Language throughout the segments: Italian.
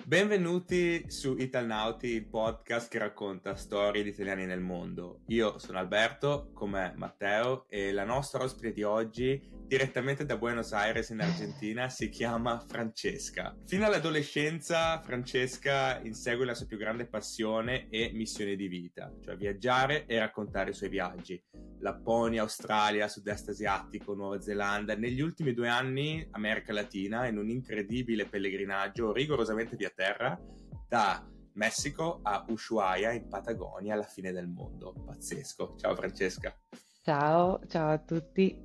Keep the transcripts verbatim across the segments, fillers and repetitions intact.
Benvenuti su Italnauti, il podcast che racconta storie di italiani nel mondo. Io sono Alberto, con me Matteo, e la nostra ospite di oggi, direttamente da Buenos Aires in Argentina, si chiama Francesca. Fino all'adolescenza Francesca insegue la sua più grande passione e missione di vita, cioè viaggiare e raccontare i suoi viaggi. Lapponia, Australia, Sud-Est asiatico, Nuova Zelanda, negli ultimi due anni America Latina, in un incredibile pellegrinaggio rigorosamente via terra da Messico a Ushuaia in Patagonia alla fine del mondo. Pazzesco. Ciao Francesca. Ciao, ciao a tutti.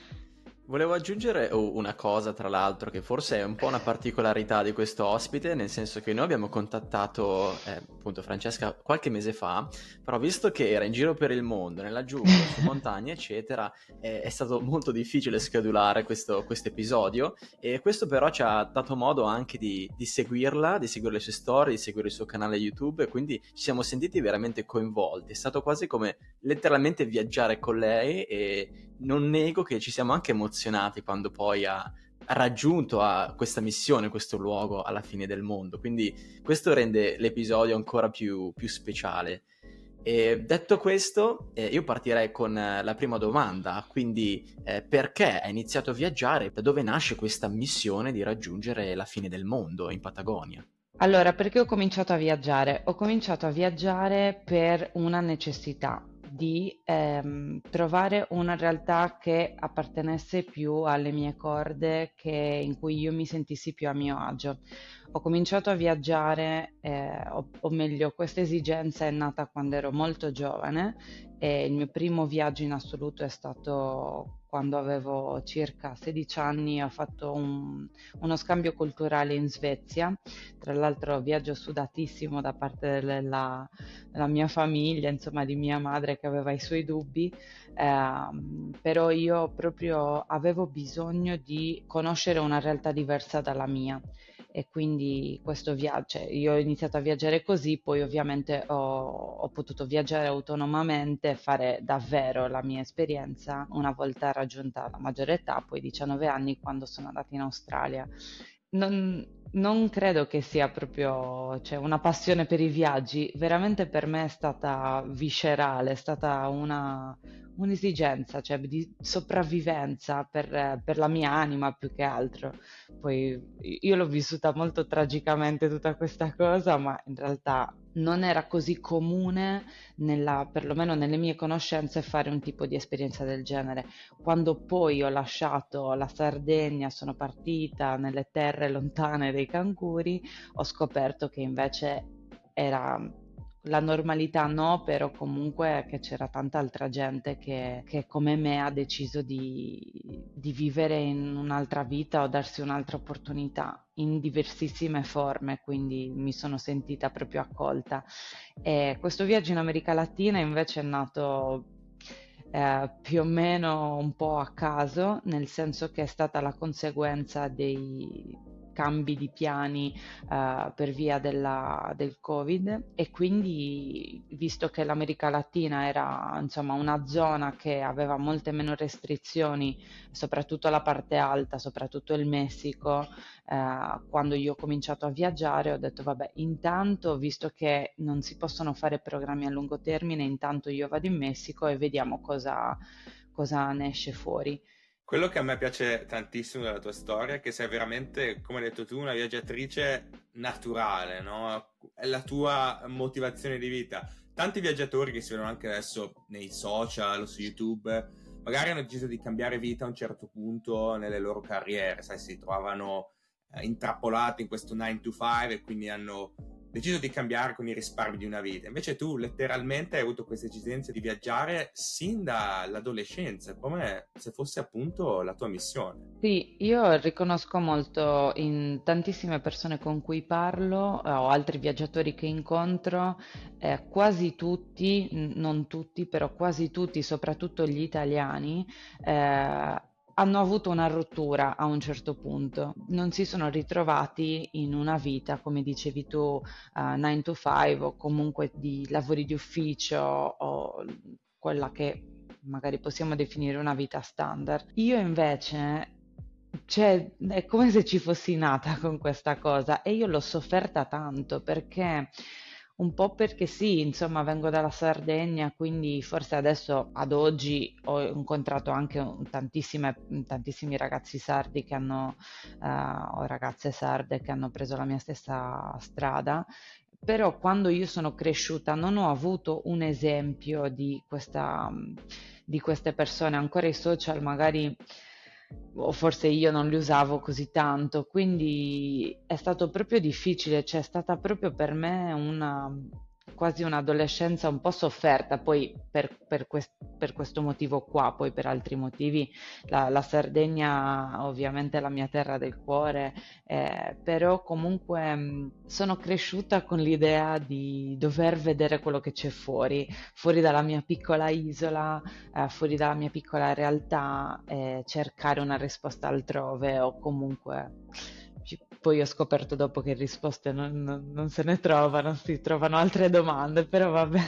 Volevo aggiungere una cosa, tra l'altro, che forse è un po' una particolarità di questo ospite, nel senso che noi abbiamo contattato eh, appunto Francesca qualche mese fa, però visto che era in giro per il mondo, nella giungla, su montagne, eccetera, eh, è stato molto difficile schedulare questo episodio, e questo però ci ha dato modo anche di, di seguirla, di seguire le sue storie, di seguire il suo canale YouTube, e quindi ci siamo sentiti veramente coinvolti. È stato quasi come letteralmente viaggiare con lei, e non nego che ci siamo anche emozionati quando poi ha, ha raggiunto a questa missione, questo luogo alla fine del mondo. Quindi questo rende l'episodio ancora più, più speciale. E detto questo, eh, io partirei con eh, la prima domanda, quindi eh, perché hai iniziato a viaggiare? Da dove nasce questa missione di raggiungere la fine del mondo in Patagonia? Allora, perché ho cominciato a viaggiare? Ho cominciato a viaggiare per una necessità di ehm, trovare una realtà che appartenesse più alle mie corde, che, in cui io mi sentissi più a mio agio. Ho cominciato a viaggiare, eh, o, o meglio, questa esigenza è nata quando ero molto giovane, e il mio primo viaggio in assoluto è stato quando avevo circa sedici anni. Ho fatto un, uno scambio culturale in Svezia, tra l'altro viaggio sudatissimo da parte della, della mia famiglia, insomma di mia madre che aveva i suoi dubbi, ehm, però io proprio avevo bisogno di conoscere una realtà diversa dalla mia. E quindi questo viaggio, cioè, io ho iniziato a viaggiare così, poi ovviamente ho, ho potuto viaggiare autonomamente e fare davvero la mia esperienza una volta raggiunta la maggiore età, poi diciannove anni, quando sono andata in Australia. Non, non credo che sia proprio, cioè, una passione per i viaggi, veramente per me è stata viscerale, è stata una, un'esigenza, cioè, di sopravvivenza per, per la mia anima più che altro. Poi io l'ho vissuta molto tragicamente tutta questa cosa, ma in realtà non era così comune, nella, perlomeno nelle mie conoscenze, fare un tipo di esperienza del genere. Quando poi ho lasciato la Sardegna, sono partita nelle terre lontane dei canguri, ho scoperto che invece era la normalità, no, però comunque che c'era tanta altra gente che, che come me ha deciso di, di vivere in un'altra vita o darsi un'altra opportunità in diversissime forme, quindi mi sono sentita proprio accolta. E questo viaggio in America Latina invece è nato eh, più o meno un po' a caso, nel senso che è stata la conseguenza dei cambi di piani eh, per via della- del Covid, e quindi, visto che l'America Latina era insomma una zona che aveva molte meno restrizioni, soprattutto la parte alta, soprattutto il Messico, eh, quando io ho cominciato a viaggiare ho detto vabbè, intanto, visto che non si possono fare programmi a lungo termine, intanto io vado in Messico e vediamo cosa, cosa ne esce fuori. Quello che a me piace tantissimo della tua storia è che sei veramente, come hai detto tu, una viaggiatrice naturale, no? È la tua motivazione di vita. Tanti viaggiatori che si vedono anche adesso nei social o su YouTube, magari hanno deciso di cambiare vita a un certo punto nelle loro carriere, sai, si trovavano eh, intrappolati in questo nine to five e quindi hanno deciso di cambiare con i risparmi di una vita. Invece tu letteralmente hai avuto questa esigenza di viaggiare sin dall'adolescenza, come se fosse appunto la tua missione. Sì, io riconosco molto in tantissime persone con cui parlo, eh, o altri viaggiatori che incontro, eh, quasi tutti, n- non tutti, però quasi tutti, soprattutto gli italiani, eh, hanno avuto una rottura a un certo punto. Non si sono ritrovati in una vita, come dicevi tu, eh, nine to five, o comunque di lavori di ufficio, o quella che magari possiamo definire una vita standard. Io invece, cioè, è come se ci fossi nata con questa cosa e io l'ho sofferta tanto perché un po' perché sì, insomma, vengo dalla Sardegna, quindi forse adesso ad oggi ho incontrato anche un- tantissime, tantissimi ragazzi sardi che hanno, eh, o ragazze sarde che hanno preso la mia stessa strada. Però quando io sono cresciuta non ho avuto un esempio di questa, di queste persone, ancora i social magari, o forse io non li usavo così tanto, quindi è stato proprio difficile, cioè è stata proprio per me una, quasi un'adolescenza un po' sofferta, poi per, per quest- per questo motivo qua, poi per altri motivi la, la Sardegna ovviamente è la mia terra del cuore, eh, però comunque mh, sono cresciuta con l'idea di dover vedere quello che c'è fuori, fuori dalla mia piccola isola, eh, fuori dalla mia piccola realtà e cercare una risposta altrove o comunque ci- poi ho scoperto dopo che risposte non, non- non se ne trovano, si trovano altre domande, però vabbè.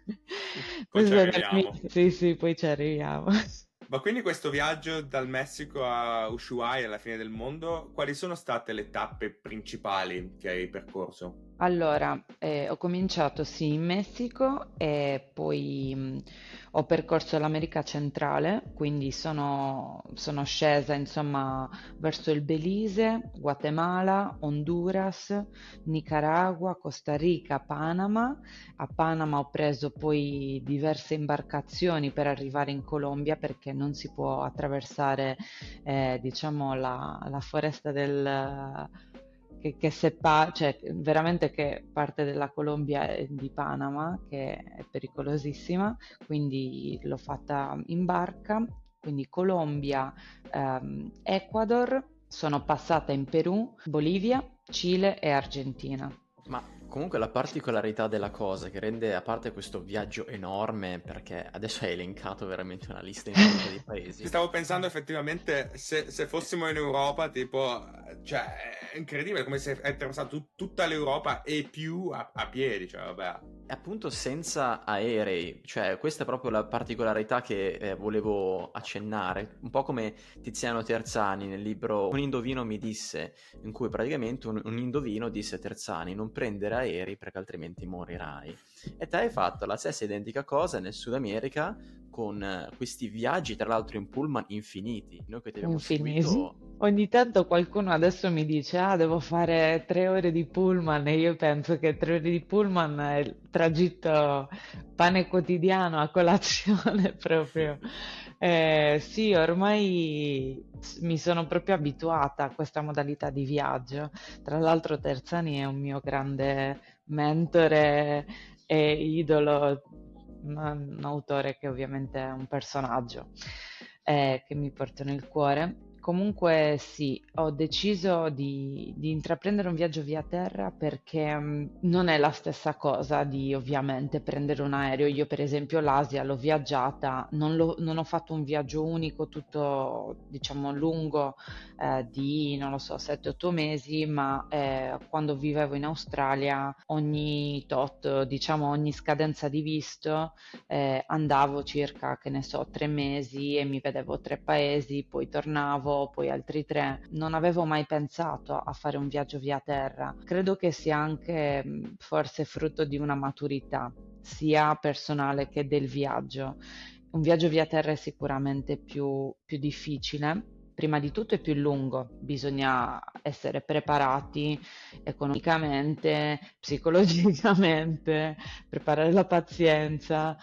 Poi ci Questo è nel mio- arriviamo. Sì, sì, poi ci arriviamo. Ma quindi questo viaggio dal Messico a Ushuaia, alla fine del mondo, quali sono state le tappe principali che hai percorso? Allora, eh, ho cominciato sì in Messico e poi mh, ho percorso l'America centrale, quindi sono, sono scesa insomma verso il Belize, Guatemala, Honduras, Nicaragua, Costa Rica, Panama. A Panama ho preso poi diverse imbarcazioni per arrivare in Colombia perché non si può attraversare eh, diciamo la, la foresta del che, che separa, cioè veramente che parte della Colombia e di Panama, che è pericolosissima, quindi l'ho fatta in barca, quindi Colombia, ehm, Ecuador, sono passata in Perù, Bolivia, Cile e Argentina. Ma comunque la particolarità della cosa che rende, a parte questo viaggio enorme, perché adesso hai elencato veramente una lista infinita di Ci paesi. stavo pensando effettivamente se, se fossimo in Europa, tipo, cioè, è incredibile come se hai attraversato tut- tutta l'Europa e più a, a piedi, cioè, vabbè. E appunto senza aerei, cioè questa è proprio la particolarità che eh, volevo accennare, un po' come Tiziano Terzani nel libro Un indovino mi disse, in cui praticamente un, un indovino disse a Terzani non prendere aerei perché altrimenti morirai. E te hai fatto la stessa identica cosa nel Sud America con eh, questi viaggi, tra l'altro in pullman infiniti. Noi che ti abbiamo Infiniti. seguito. Ogni tanto qualcuno adesso mi dice, ah, devo fare tre ore di pullman e io penso che tre ore di pullman è il tragitto pane quotidiano a colazione proprio. Eh, sì, ormai s- mi sono proprio abituata a questa modalità di viaggio. Tra l'altro Terzani è un mio grande mentore e idolo, un, un autore che ovviamente è un personaggio eh, che mi porto nel cuore. Comunque sì, ho deciso di, di intraprendere un viaggio via terra perché mh, non è la stessa cosa di ovviamente prendere un aereo. Io per esempio l'Asia l'ho viaggiata, non, l'ho- non ho fatto un viaggio unico tutto diciamo lungo eh, di non lo so sette otto mesi, ma eh, quando vivevo in Australia ogni tot, diciamo ogni scadenza di visto eh, andavo circa, che ne so, tre mesi e mi vedevo tre paesi, poi tornavo, poi altri tre. Non avevo mai pensato a fare un viaggio via terra. Credo che sia anche mh, forse frutto di una maturità, sia personale che del viaggio. Un viaggio via terra è sicuramente più, più difficile. Prima di tutto è più lungo, bisogna essere preparati economicamente, psicologicamente, preparare la pazienza,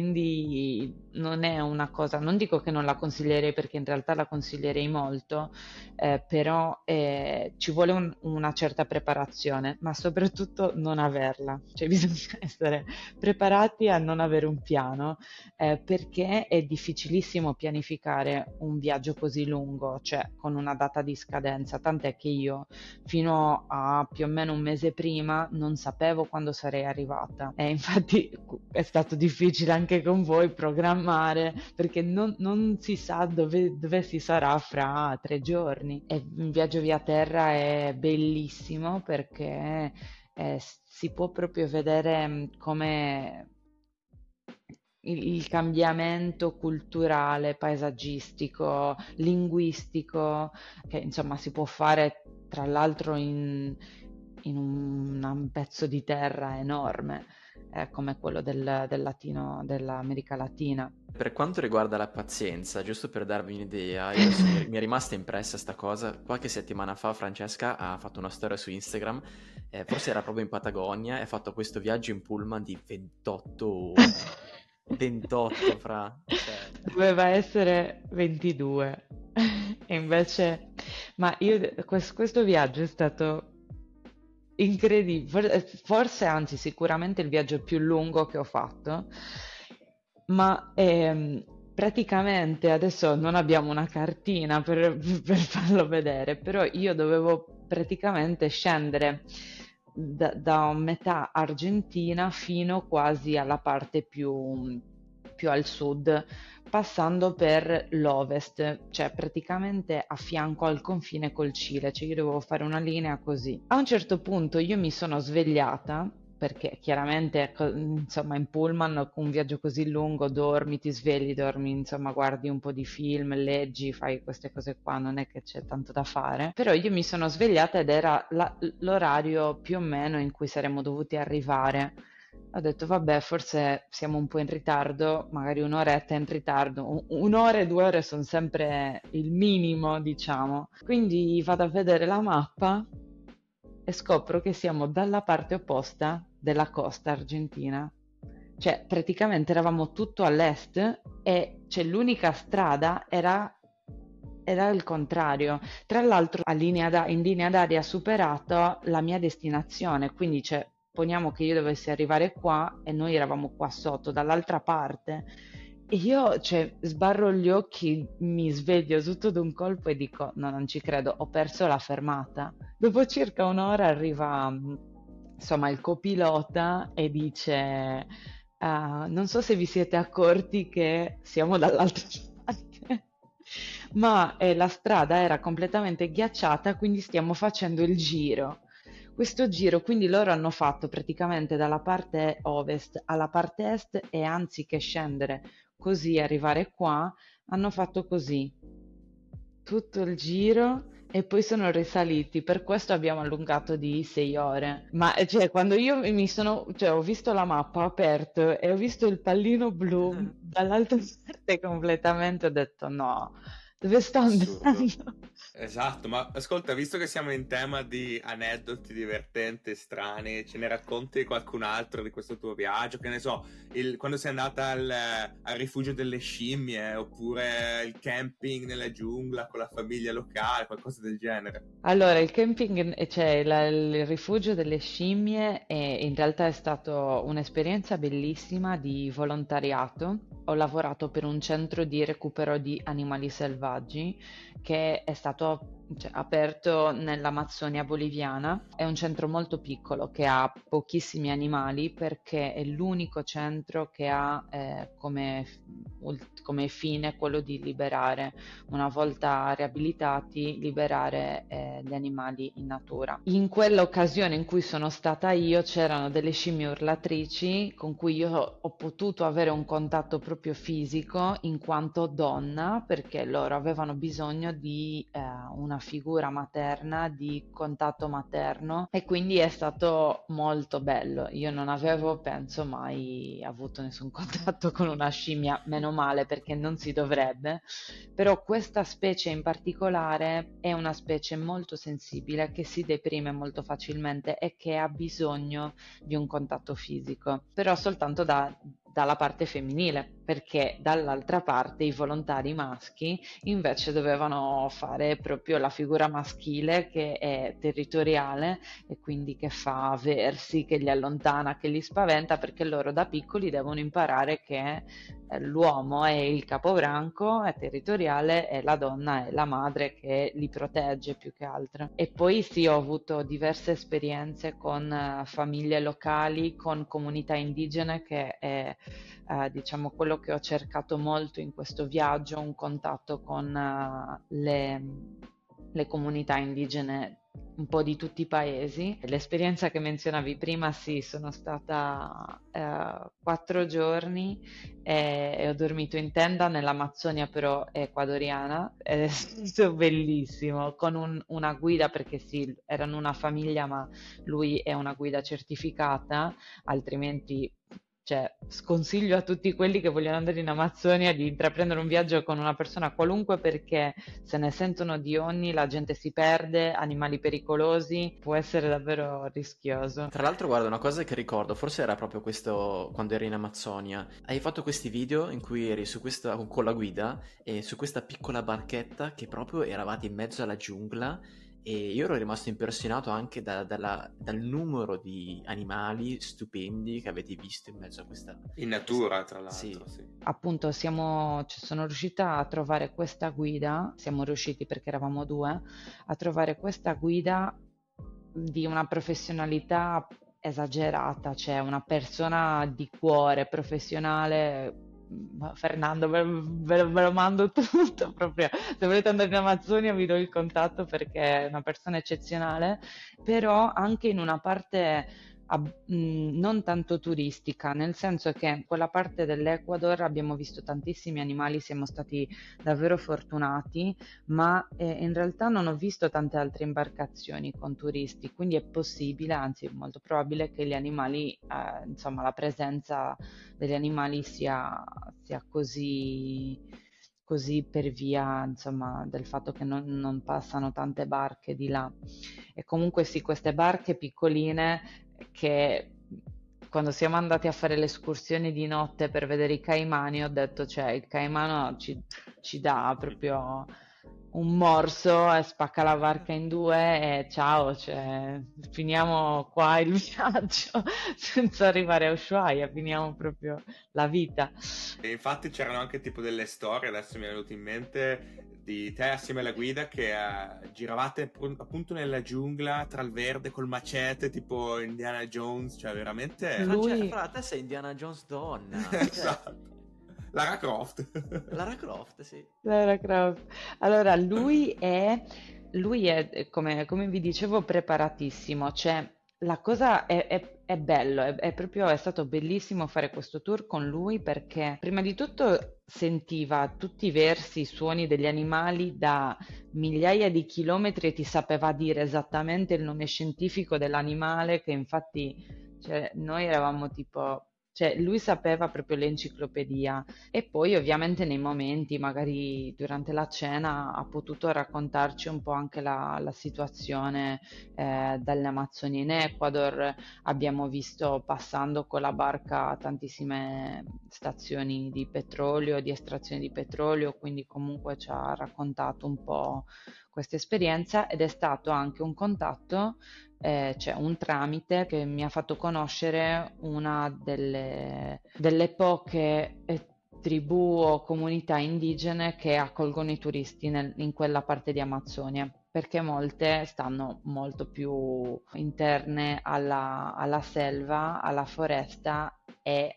quindi non è una cosa, non dico che non la consiglierei perché in realtà la consiglierei molto, eh, però eh, ci vuole un- una certa preparazione, ma soprattutto non averla, cioè bisogna essere preparati a non avere un piano, eh, perché è difficilissimo pianificare un viaggio così lungo, cioè con una data di scadenza, tant'è che io fino a più o meno un mese prima non sapevo quando sarei arrivata e infatti è stato difficile anche con voi programmare perché non, non si sa dove, dove si sarà fra tre giorni e un viaggio via terra è bellissimo perché eh, si può proprio vedere mh, come il, il cambiamento culturale, paesaggistico, linguistico, che insomma si può fare tra l'altro in, in un, un pezzo di terra enorme, eh, come quello del, del latino, dell'America Latina. Per quanto riguarda la pazienza, giusto per darvi un'idea, io adesso mi, mi è rimasta impressa sta cosa. Qualche settimana fa Francesca ha fatto una storia su Instagram, eh, forse era proprio in Patagonia, e ha fatto questo viaggio in pullman di ventotto ore. ventotto, fra. Cioè... Doveva essere ventidue. E invece, ma io, quest- questo viaggio è stato incredibile, forse anzi sicuramente il viaggio più lungo che ho fatto, ma ehm, praticamente adesso non abbiamo una cartina per, per farlo vedere, però io dovevo praticamente scendere da, da metà Argentina fino quasi alla parte più, più al sud, passando per l'ovest, cioè praticamente a fianco al confine col Cile, cioè io dovevo fare una linea così. A un certo punto io mi sono svegliata, perché chiaramente co- insomma in pullman con un viaggio così lungo dormi, ti svegli, dormi, insomma guardi un po' di film, leggi, fai queste cose qua, non è che c'è tanto da fare. Però io mi sono svegliata ed era la- l'orario più o meno in cui saremmo dovuti arrivare. Ho detto, vabbè, forse siamo un po' in ritardo, magari un'oretta in ritardo, Un- un'ora e due ore sono sempre il minimo, diciamo. Quindi vado a vedere la mappa e scopro che siamo dalla parte opposta della costa argentina. Cioè, praticamente eravamo tutto all'est e c'è l'unica strada era, era il contrario. Tra l'altro, a linea da- in linea d'aria ha superato la mia destinazione, quindi cioè, poniamo che io dovessi arrivare qua e noi eravamo qua sotto, dall'altra parte. E io, cioè, sbarro gli occhi, mi sveglio tutto d'un colpo e dico: no, non ci credo, ho perso la fermata. Dopo circa un'ora arriva, mm, insomma, il copilota e dice: "Ah, non so se vi siete accorti che siamo dall'altra parte, ma eh, la strada era completamente ghiacciata, quindi stiamo facendo il giro." Questo giro, quindi loro hanno fatto praticamente dalla parte ovest alla parte est e anziché scendere così, arrivare qua, hanno fatto così tutto il giro e poi sono risaliti. Per questo abbiamo allungato di sei ore. Ma eh, cioè, quando io mi sono, cioè, ho visto la mappa, ho aperto e ho visto il pallino blu dall'altra parte completamente, ho detto no, dove sto Assurdo. andando? Esatto, ma ascolta, visto che siamo in tema di aneddoti divertenti, strani, ce ne racconti qualcun altro di questo tuo viaggio? Che ne so, il- quando sei andata al, al rifugio delle scimmie, oppure il camping nella giungla con la famiglia locale, qualcosa del genere. Allora, il camping, eh, cioè la- il rifugio delle scimmie, è- in realtà è stato un'esperienza bellissima di volontariato. Ho lavorato per un centro di recupero di animali selvaggi che è stato, cioè, aperto nell'Amazzonia boliviana. È un centro molto piccolo che ha pochissimi animali perché è l'unico centro che ha eh, come, ult- come fine quello di liberare, una volta riabilitati, liberare eh, gli animali in natura. In quell'occasione in cui sono stata io c'erano delle scimmie urlatrici con cui io ho potuto avere un contatto proprio fisico in quanto donna, perché loro avevano bisogno di eh, una figura materna, di contatto materno, e quindi è stato molto bello. Io non avevo, penso, mai avuto nessun contatto con una scimmia, meno male perché non si dovrebbe, però questa specie in particolare è una specie molto sensibile che si deprime molto facilmente e che ha bisogno di un contatto fisico, però soltanto da- dalla parte femminile, perché dall'altra parte i volontari maschi invece dovevano fare proprio la figura maschile che è territoriale e quindi che fa versi, che li allontana, che li spaventa, perché loro da piccoli devono imparare che eh, l'uomo è il capobranco, è territoriale e la donna è la madre che li protegge più che altro. E poi sì, ho avuto diverse esperienze con eh, famiglie locali, con comunità indigene, che è eh, diciamo quello che ho cercato molto in questo viaggio, un contatto con eh, le, le comunità indigene un po' di tutti i paesi. L'esperienza che menzionavi prima, sì, sono stata eh, quattro giorni e, e ho dormito in tenda nell'Amazzonia però ecuadoriana ed è stato bellissimo, con un- una guida perché sì, erano una famiglia ma lui è una guida certificata, altrimenti... Cioè, sconsiglio a tutti quelli che vogliono andare in Amazzonia di intraprendere un viaggio con una persona qualunque perché se ne sentono di ogni, la gente si perde, animali pericolosi, può essere davvero rischioso. Tra l'altro, guarda, una cosa che ricordo, forse era proprio questo quando eri in Amazzonia. Hai fatto questi video in cui eri su questa, con la guida e su questa piccola barchetta che proprio eravate in mezzo alla giungla e io ero rimasto impressionato anche da- dalla- dal numero di animali stupendi che avete visto in mezzo a questa... In questa- natura, tra Sì. l'altro, sì. Appunto, siamo, cioè, sono riuscita a trovare questa guida, siamo riusciti perché eravamo due, a trovare questa guida di una professionalità esagerata, cioè una persona di cuore professionale. Ma Fernando, ve, ve- ve lo mando tutto proprio. Se volete andare in Amazzonia, vi do il contatto perché è una persona eccezionale, però anche in una parte ab- mh, non tanto turistica, nel senso che in quella parte dell'Ecuador abbiamo visto tantissimi animali, siamo stati davvero fortunati, ma eh, in realtà non ho visto tante altre imbarcazioni con turisti, quindi è possibile, anzi è molto probabile che gli animali, eh, insomma, la presenza degli animali sia, sia così, così per via, insomma, del fatto che non, non passano tante barche di là. E comunque sì, queste barche piccoline che quando siamo andati a fare le escursioni di notte per vedere i caimani, ho detto, cioè, il caimano ci, ci dà proprio un morso e spacca la barca in due e ciao, cioè, finiamo qua il viaggio senza arrivare a Ushuaia, finiamo proprio la vita. E infatti c'erano anche tipo delle storie, adesso mi è venuto in mente, di te assieme alla guida che eh, giravate pr- appunto nella giungla tra il verde col macete tipo Indiana Jones, cioè veramente... Lui- Francesca, fra te sei Indiana Jones donna. Cioè, Esatto. Lara Croft. Lara Croft, sì. Lara Croft. Allora, lui è, lui è, eh, come, come vi dicevo, preparatissimo. Cioè, la cosa è, è- è bello, è, è proprio, è stato bellissimo fare questo tour con lui perché, prima di tutto, sentiva tutti i versi, i suoni degli animali da migliaia di chilometri e ti sapeva dire esattamente il nome scientifico dell'animale, che infatti, cioè, noi eravamo tipo... Cioè, lui sapeva proprio l'enciclopedia. E poi ovviamente nei momenti, magari durante la cena, ha potuto raccontarci un po' anche la, la situazione eh, dalle Amazzoni in Ecuador. Abbiamo visto passando con la barca tantissime stazioni di petrolio, di estrazione di petrolio, quindi comunque ci ha raccontato un po' questa esperienza ed è stato anche un contatto, eh, cioè un tramite che mi ha fatto conoscere una delle, delle poche eh, tribù o comunità indigene che accolgono i turisti nel- in quella parte di Amazzonia, perché molte stanno molto più interne alla, alla selva, alla foresta e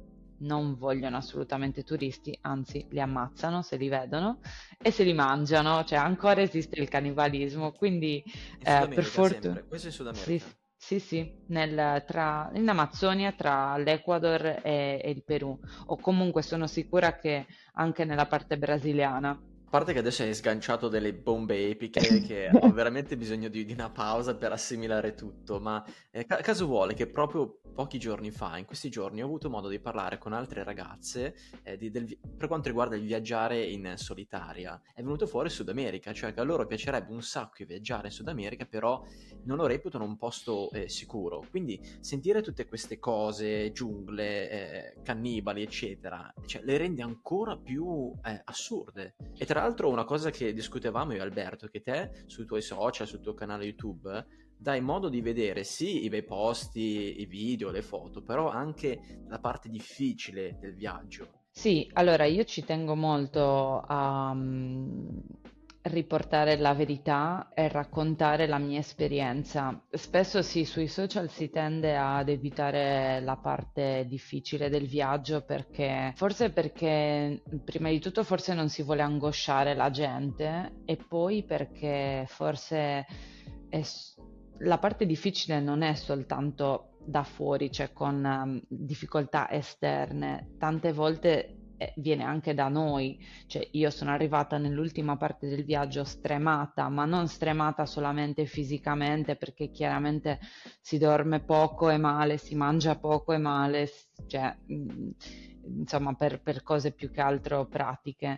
non vogliono assolutamente turisti, anzi li ammazzano se li vedono e se li mangiano, cioè ancora esiste il cannibalismo, quindi In Sud eh, per America fortuna... sempre, questo in Sud Sì, America. sì, sì, nel- tra- in Amazzonia tra l'Ecuador e, e il Perù, o comunque sono sicura che anche nella parte brasiliana. A parte che adesso hai sganciato delle bombe epiche che ho veramente bisogno di, di una pausa per assimilare tutto, ma eh, ca- caso vuole che proprio pochi giorni fa, in questi giorni, ho avuto modo di parlare con altre ragazze eh, di- del vi- per quanto riguarda il viaggiare in solitaria. È venuto fuori Sud America, cioè che a loro piacerebbe un sacco viaggiare in Sud America, però non lo reputano un posto eh, sicuro. Quindi sentire tutte queste cose, giungle, eh, cannibali, eccetera, cioè, le rende ancora più eh, assurde. E tra l'altro una cosa che discutevamo io e Alberto, che te sui tuoi social, sul tuo canale YouTube, dai modo di vedere sì i bei posti, i video, le foto, però anche la parte difficile del viaggio. Sì, allora io ci tengo molto a mm, riportare la verità e raccontare la mia esperienza. Spesso sì, sui social si tende ad evitare la parte difficile del viaggio perché forse perché prima di tutto forse non si vuole angosciare la gente e poi perché forse è s- la parte difficile non è soltanto da fuori, cioè con um, difficoltà esterne, tante volte eh, viene anche da noi, cioè io sono arrivata nell'ultima parte del viaggio stremata, ma non stremata solamente fisicamente, perché chiaramente si dorme poco e male, si mangia poco e male, s- cioè, mh, insomma, per, per cose più che altro pratiche,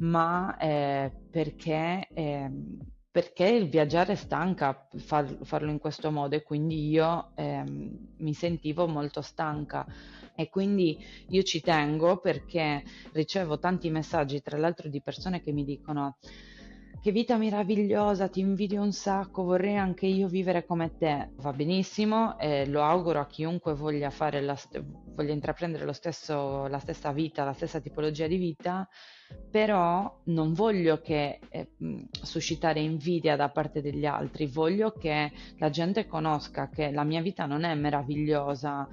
ma eh, perché, ehm, perché il viaggiare stanca far- farlo in questo modo, e quindi io ehm, mi sentivo molto stanca, e quindi io ci tengo perché ricevo tanti messaggi, tra l'altro, di persone che mi dicono: che vita meravigliosa, ti invidio un sacco, vorrei anche io vivere come te. Va benissimo, e lo auguro a chiunque voglia fare la st- voglia intraprendere lo stesso, la stessa vita, la stessa tipologia di vita, però non voglio che eh, mh, suscitare invidia da parte degli altri, voglio che la gente conosca che la mia vita non è meravigliosa,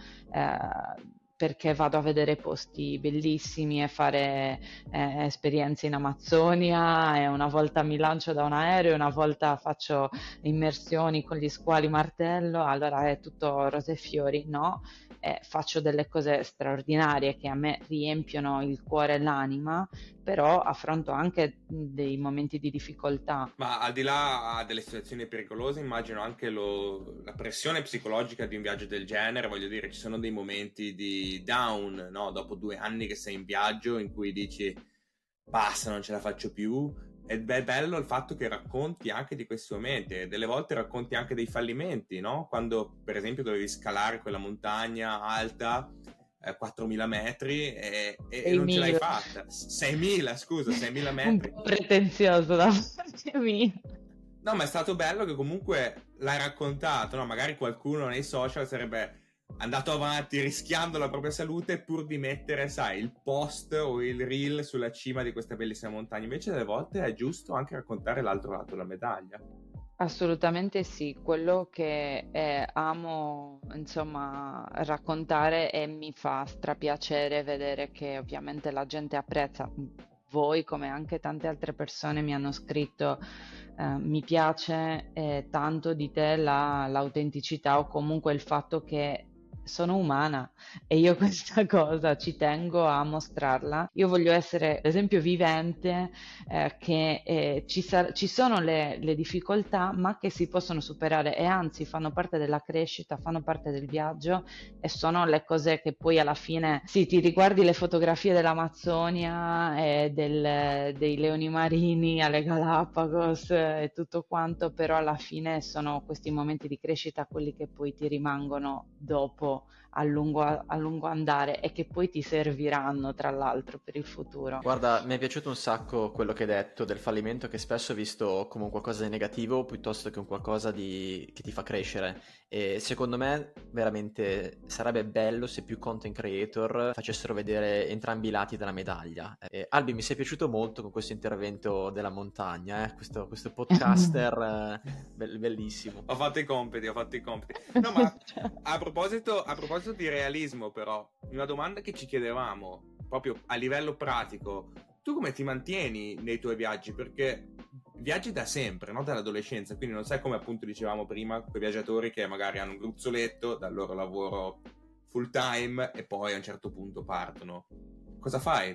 eh, perché vado a vedere posti bellissimi e fare eh, esperienze in Amazzonia, e una volta mi lancio da un aereo, una volta faccio immersioni con gli squali martello, allora è tutto rose e fiori, no? Eh, faccio delle cose straordinarie che a me riempiono il cuore e l'anima, però affronto anche dei momenti di difficoltà. Ma al di là delle situazioni pericolose, immagino anche lo- la pressione psicologica di un viaggio del genere. Voglio dire, ci sono dei momenti di down, no? Dopo due anni che sei in viaggio, in cui dici basta, non ce la faccio più. Ed è bello il fatto che racconti anche di questi momenti, e delle volte racconti anche dei fallimenti, no? Quando, per esempio, dovevi scalare quella montagna alta, eh, quattromila metri, e, e- e non ce l'hai seimila. fatta. seimila, scusa, seimila Un metri. po' pretenzioso da parte mia. No, ma è stato bello che comunque l'hai raccontato, no? Magari qualcuno nei social sarebbe andato avanti rischiando la propria salute pur di mettere, sai, il post o il reel sulla cima di questa bellissima montagna. Invece delle volte è giusto anche raccontare l'altro lato della medaglia. Assolutamente sì, quello che eh, amo, insomma, raccontare, e mi fa strapiacere vedere che ovviamente la gente apprezza. Voi, come anche tante altre persone, mi hanno scritto: eh, mi piace eh, tanto di te la- l'autenticità, o comunque il fatto che sono umana, e io questa cosa ci tengo a mostrarla. Io voglio essere l'esempio vivente eh, che eh, ci, sar- ci sono le, le difficoltà, ma che si possono superare, e anzi fanno parte della crescita, fanno parte del viaggio, e sono le cose che poi alla fine, sì, ti riguardi le fotografie dell'Amazzonia e del- dei leoni marini alle Galapagos eh, e tutto quanto, però alla fine sono questi momenti di crescita quelli che poi ti rimangono dopo a lungo, a lungo andare, e che poi ti serviranno tra l'altro per il futuro. Guarda, mi è piaciuto un sacco quello che hai detto del fallimento, che spesso è visto come un qualcosa di negativo piuttosto che un qualcosa di... che ti fa crescere. E secondo me veramente sarebbe bello se più content creator facessero vedere entrambi i lati della medaglia. E, Albi, mi sei piaciuto molto con questo intervento della montagna, eh? questo, questo podcaster eh, be- bellissimo. Ho fatto i compiti, ho fatto i compiti. No, ma a proposito, a proposito di realismo, però, una domanda che ci chiedevamo, proprio a livello pratico: tu come ti mantieni nei tuoi viaggi? Perché viaggi da sempre, no? Dall'adolescenza, quindi non sai come appunto dicevamo prima, quei viaggiatori che magari hanno un gruzzoletto dal loro lavoro full time e poi a un certo punto partono. Cosa fai?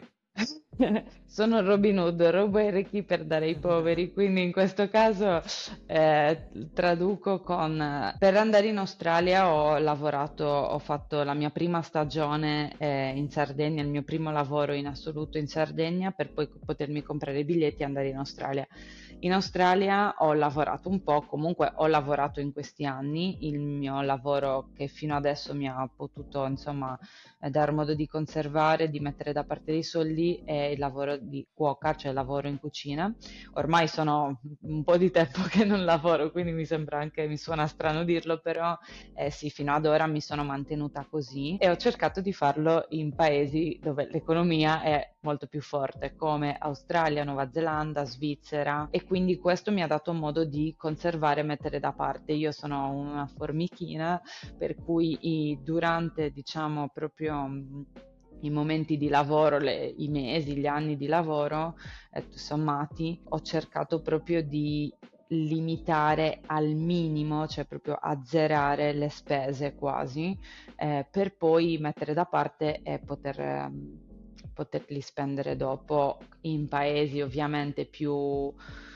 Sono Robin Hood, rubo ai ricchi per dare ai poveri, quindi in questo caso eh, traduco con: eh, per andare in Australia ho lavorato, ho fatto la mia prima stagione eh, in Sardegna, il mio primo lavoro in assoluto in Sardegna, per poi potermi comprare i biglietti e andare in Australia. In Australia ho lavorato un po', comunque ho lavorato in questi anni, il mio lavoro che fino adesso mi ha potuto, insomma, eh, dar modo di conservare, di mettere da parte dei soldi, è il lavoro di cuoca, cioè lavoro in cucina. Ormai sono un po' di tempo che non lavoro, quindi mi sembra anche, mi suona strano dirlo, però eh, sì, fino ad ora mi sono mantenuta così, e ho cercato di farlo in paesi dove l'economia è molto più forte, come Australia, Nuova Zelanda, Svizzera, e quindi questo mi ha dato modo di conservare e mettere da parte. Io sono una formichina, per cui i- durante, diciamo, proprio mh, i momenti di lavoro, le- i mesi, gli anni di lavoro, eh, sommati, ho cercato proprio di limitare al minimo, cioè proprio azzerare le spese quasi, eh, per poi mettere da parte e poter, ehm, poterli spendere dopo in paesi ovviamente più,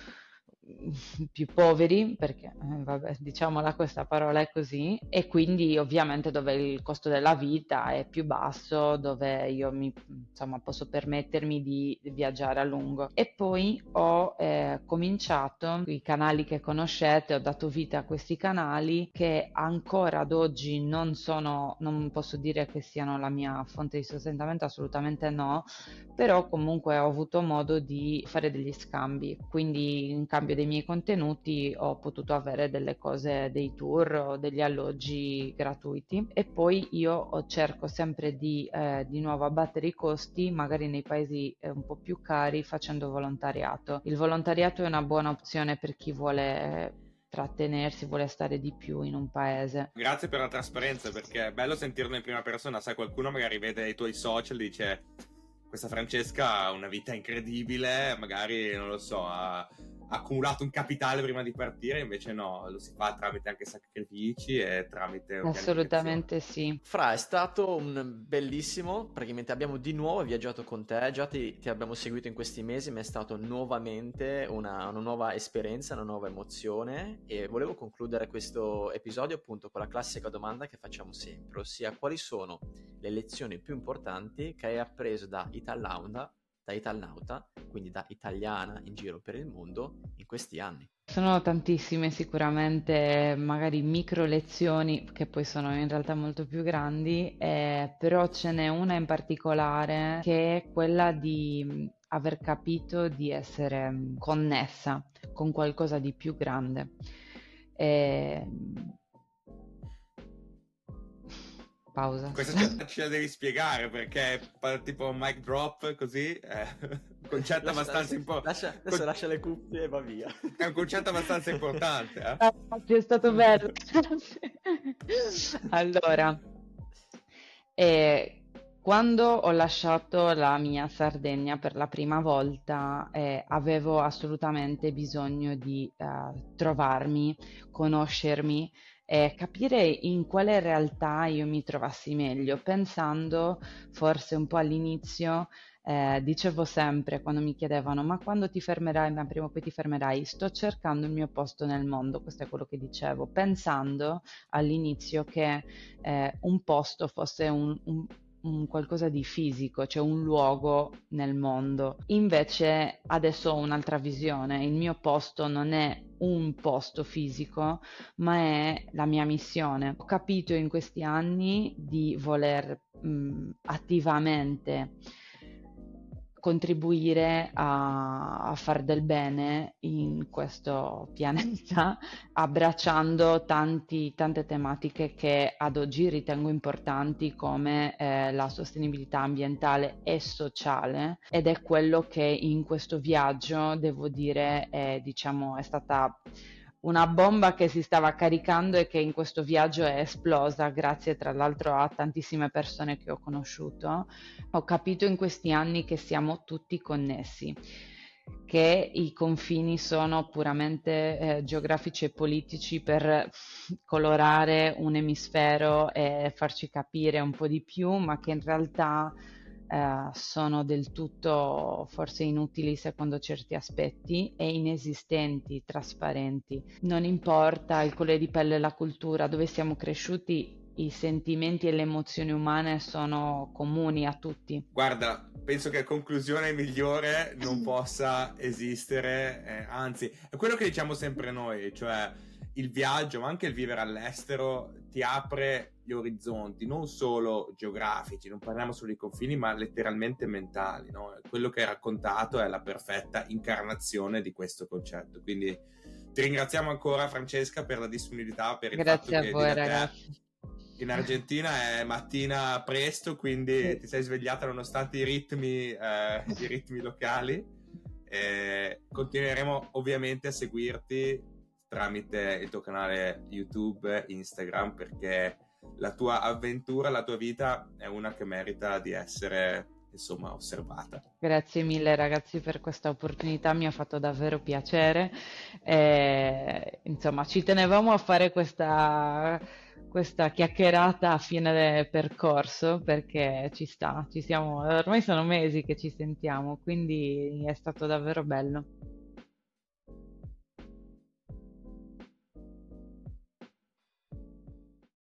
più poveri, perché eh, vabbè, diciamola, questa parola è così, e quindi ovviamente dove il costo della vita è più basso, dove io mi, insomma, posso permettermi di viaggiare a lungo. E poi ho eh, cominciato i canali che conoscete, ho dato vita a questi canali che ancora ad oggi non sono, non posso dire che siano la mia fonte di sostentamento, assolutamente no, però comunque ho avuto modo di fare degli scambi, quindi in cambio dei miei contenuti ho potuto avere delle cose, dei tour o degli alloggi gratuiti, e poi io ho- cerco sempre di, eh, di nuovo abbattere i costi, magari nei paesi eh, un po' più cari, facendo volontariato. Il volontariato è una buona opzione per chi vuole eh, trattenersi, vuole stare di più in un paese. Grazie per la trasparenza, perché è bello sentirlo in prima persona. Sai, qualcuno magari vede i tuoi social e dice: questa Francesca ha una vita incredibile, magari, non lo so, ha ha accumulato un capitale prima di partire, invece no, lo si fa tramite anche sacrifici e tramite pianificazione. Assolutamente sì. Fra, è stato un bellissimo, praticamente abbiamo di nuovo viaggiato con te, già ti, ti abbiamo seguito in questi mesi, ma è stato nuovamente una, una nuova esperienza, una nuova emozione, e volevo concludere questo episodio appunto con la classica domanda che facciamo sempre, ossia: quali sono le lezioni più importanti che hai appreso da Italnauta, da Italnauta, quindi da italiana in giro per il mondo, in questi anni? Sono tantissime sicuramente, magari micro lezioni che poi sono in realtà molto più grandi, eh, però ce n'è una in particolare che è quella di mh, aver capito di essere mh, connessa con qualcosa di più grande. E... Pausa. Questa ce, ce la devi spiegare, perché è tipo un mic drop così, è un concetto Lascia- abbastanza importante. lascia- adesso lascia le cuffie e va via. È un concetto abbastanza importante, eh? Ah, sì, è stato bello. Allora, eh, quando ho lasciato la mia Sardegna per la prima volta, eh, avevo assolutamente bisogno di eh, trovarmi, conoscermi e capire in quale realtà io mi trovassi meglio, pensando forse un po' all'inizio. Eh, dicevo sempre quando mi chiedevano: ma quando ti fermerai, ma prima o poi ti fermerai, sto cercando il mio posto nel mondo, questo è quello che dicevo, pensando all'inizio che eh, un posto fosse un, un- un qualcosa di fisico, cioè un luogo nel mondo. Invece adesso ho un'altra visione, il mio posto non è un posto fisico, ma è la mia missione. Ho capito in questi anni di voler mh, attivamente contribuire a, a far del bene in questo pianeta, abbracciando tanti, tante tematiche che ad oggi ritengo importanti, come eh, la sostenibilità ambientale e sociale, ed è quello che in questo viaggio, devo dire, è, diciamo, è stata una bomba che si stava caricando e che in questo viaggio è esplosa, grazie tra l'altro a tantissime persone che ho conosciuto. Ho capito in questi anni che siamo tutti connessi, che i confini sono puramente eh, geografici e politici per colorare un emisfero e farci capire un po' di più, ma che in realtà eh, sono del tutto forse inutili secondo certi aspetti e inesistenti, trasparenti. Non importa il colore di pelle e la cultura, dove siamo cresciuti, i sentimenti e le emozioni umane sono comuni a tutti. Guarda, penso che conclusione migliore non possa esistere, eh, anzi, è quello che diciamo sempre noi, cioè il viaggio, ma anche il vivere all'estero, ti apre gli orizzonti, non solo geografici, non parliamo solo di confini, ma letteralmente mentali, no? Quello che hai raccontato è la perfetta incarnazione di questo concetto, quindi ti ringraziamo ancora, Francesca, per la disponibilità, per il Grazie fatto a che voi, da te ragazzi. in Argentina è mattina presto, quindi Sì. ti sei svegliata nonostante i ritmi, eh, i ritmi locali. E continueremo ovviamente a seguirti tramite il tuo canale YouTube, Instagram, perché la tua avventura, la tua vita è una che merita di essere insomma osservata. Grazie mille ragazzi per questa opportunità, mi ha fatto davvero piacere. E, insomma, ci tenevamo a fare questa, questa chiacchierata a fine de- percorso perché ci sta, ci siamo, ormai sono mesi che ci sentiamo, quindi è stato davvero bello.